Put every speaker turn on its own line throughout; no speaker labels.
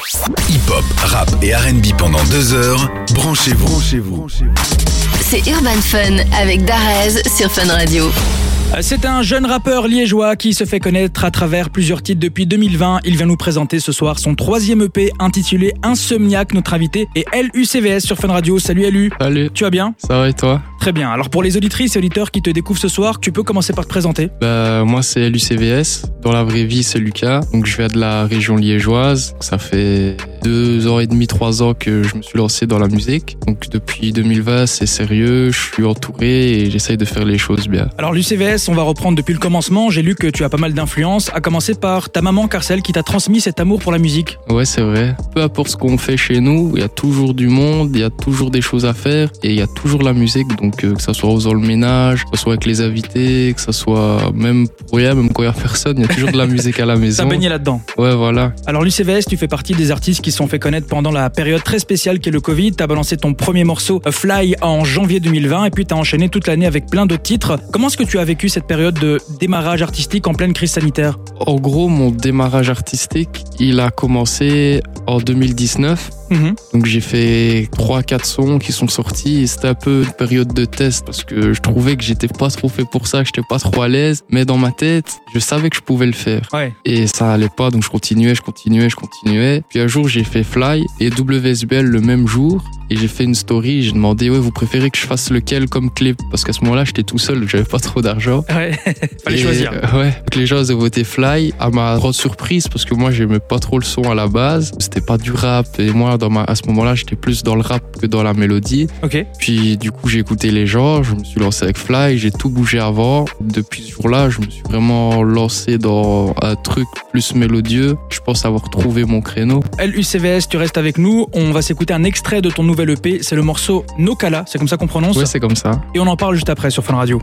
Hip-hop, rap et R&B pendant 2 heures. Branchez-vous.
C'est Urban Fun avec Darez sur Fun Radio.
C'est un jeune rappeur liégeois qui se fait connaître à travers plusieurs titres depuis 2020. Il vient nous présenter ce soir son 3e EP intitulé Insomniac. Notre invité est LUCVS sur Fun Radio. Salut LU.
Salut.
Tu vas bien ?
Ça va et toi ?
Très bien. Alors pour les auditrices et auditeurs qui te découvrent ce soir, tu peux commencer par te présenter.
Moi c'est LUCVS. Dans la vraie vie c'est Lucas. Donc je viens de la région liégeoise. Ça fait 2 ans et demi, 3 ans que je me suis lancé dans la musique. Donc depuis 2020 c'est sérieux. Je suis entouré et j'essaye de faire les choses bien.
Alors l'UCVS, on va reprendre depuis le commencement. J'ai lu que tu as pas mal d'influence, à commencer par ta maman Carcel qui t'a transmis cet amour pour la musique.
Ouais, c'est vrai. Peu importe ce qu'on fait chez nous, il y a toujours du monde, il y a toujours des choses à faire et il y a toujours la musique. Donc que ça soit en faisant le ménage, que ça soit avec les invités, que ça soit même pour rien, même quand il y a personne, il y a toujours de la musique à la maison.
T'as baigné là-dedans.
Ouais, voilà.
Alors l'UCVS, tu fais partie des artistes qui se sont fait connaître pendant la période très spéciale qu'est le Covid. T'as balancé ton premier morceau Fly en janvier 2020 et puis t'as enchaîné toute l'année avec plein d'autres titres. Comment est-ce que tu as vécu cette période de démarrage artistique en pleine crise sanitaire?
En gros, mon démarrage artistique, il a commencé en 2019. Donc j'ai fait 3-4 sons qui sont sortis et c'était un peu une période de test parce que je trouvais que j'étais pas trop fait pour ça, que j'étais pas trop à l'aise, mais dans ma tête, je savais que je pouvais le faire.
Ouais.
Et ça allait pas, donc je continuais. Puis un jour, j'ai fait Fly et WSBL le même jour. Et j'ai fait une story, j'ai demandé vous préférez que je fasse lequel comme clip, parce qu'à ce moment-là j'étais tout seul, j'avais pas trop d'argent.
Ouais, fallait choisir.
Ouais, donc les gens ont voté Fly, à ma grande surprise, parce que moi j'aimais pas trop le son à la base, c'était pas du rap, et moi à ce moment-là j'étais plus dans le rap que dans la mélodie.
Ok.
Puis du coup j'ai écouté les gens, je me suis lancé avec Fly, j'ai tout bougé avant. Depuis ce jour-là, je me suis vraiment lancé dans un truc plus mélodieux. Je pense avoir trouvé mon créneau.
LUCVS, tu restes avec nous, on va s'écouter un extrait de ton nouvel EP, c'est le morceau Nokala, c'est comme ça qu'on prononce?
Ouais, c'est comme ça.
Et on en parle juste après sur Fun Radio.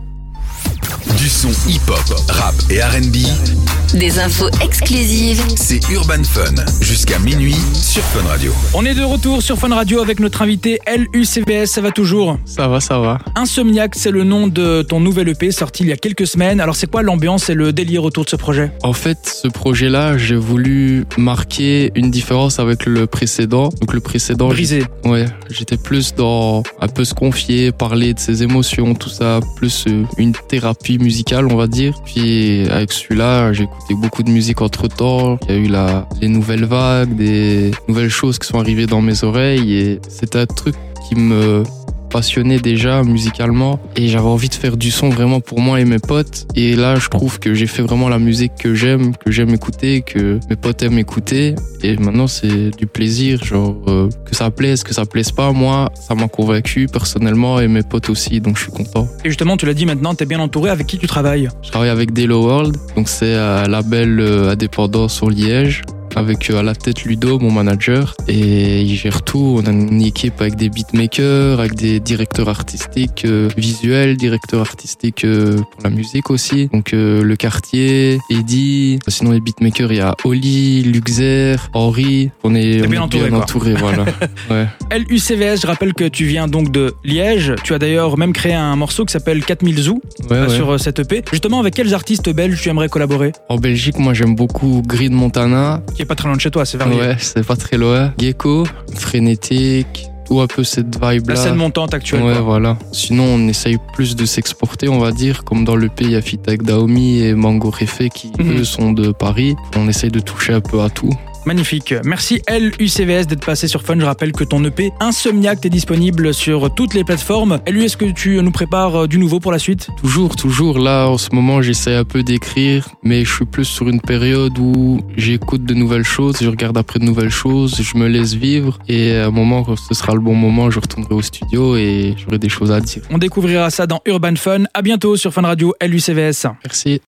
Du son hip-hop, rap et R&B.
Des infos exclusives.
C'est Urban Fun, jusqu'à minuit sur Fun Radio.
On est de retour sur Fun Radio avec notre invité LUCVS, ça va toujours?
Ça va.
Insomniac, c'est le nom de ton nouvel EP sorti il y a quelques semaines. Alors c'est quoi l'ambiance et le délire autour de ce projet?
En fait, ce projet-là, j'ai voulu marquer une différence avec le précédent. Donc le précédent...
Brisé.
Ouais, j'étais plus dans un peu se confier, parler de ses émotions, tout ça, plus une thérapie musicale, on va dire. Puis avec celui-là, j'ai écouté beaucoup de musique entre-temps. Il y a eu les nouvelles vagues, des nouvelles choses qui sont arrivées dans mes oreilles et c'est un truc qui me passionnait déjà musicalement et j'avais envie de faire du son vraiment pour moi et mes potes. Et là, je trouve que j'ai fait vraiment la musique que j'aime écouter, que mes potes aiment écouter. Et maintenant, c'est du plaisir, genre que ça plaise pas. Moi, ça m'a convaincu personnellement et mes potes aussi, donc je suis content.
Et justement, tu l'as dit maintenant, t'es bien entouré. Avec qui tu travailles?
Je travaille avec Delo World, donc c'est un label indépendant sur Liège. Avec à la tête Ludo, mon manager, et il gère tout. On a une équipe avec des beatmakers, avec des directeurs artistiques visuels, directeurs artistiques pour la musique aussi. Donc le quartier, Eddy, sinon les beatmakers, il y a Oli, Luxer, Henri. On est
bien entouré,
voilà. Ouais.
LUCVS, je rappelle que tu viens donc de Liège. Tu as d'ailleurs même créé un morceau qui s'appelle 4000 Zou sur cette EP. Justement, avec quels artistes belges tu aimerais collaborer?
En Belgique, moi j'aime beaucoup Green Montana.
Qui est pas très loin de chez toi, c'est Vernier.
Ouais, c'est pas très loin. Gecko, Frénétique, tout un peu cette vibe-là.
La scène montante actuelle.
Ouais, voilà. Sinon, on essaye plus de s'exporter, on va dire. Comme dans le pays, il y a Fit avec Daomi et Mango Refé qui, eux, sont de Paris. On essaye de toucher un peu à tout.
Magnifique. Merci LUCVS d'être passé sur Fun. Je rappelle que ton EP Insomniac est disponible sur toutes les plateformes. LU, est-ce que tu nous prépares du nouveau pour la suite?
Toujours. Là, en ce moment, j'essaie un peu d'écrire, mais je suis plus sur une période où j'écoute de nouvelles choses, je regarde après de nouvelles choses, je me laisse vivre. Et à un moment, quand ce sera le bon moment, je retournerai au studio et j'aurai des choses à dire.
On découvrira ça dans Urban Fun. À bientôt sur Fun Radio, LUCVS.
Merci.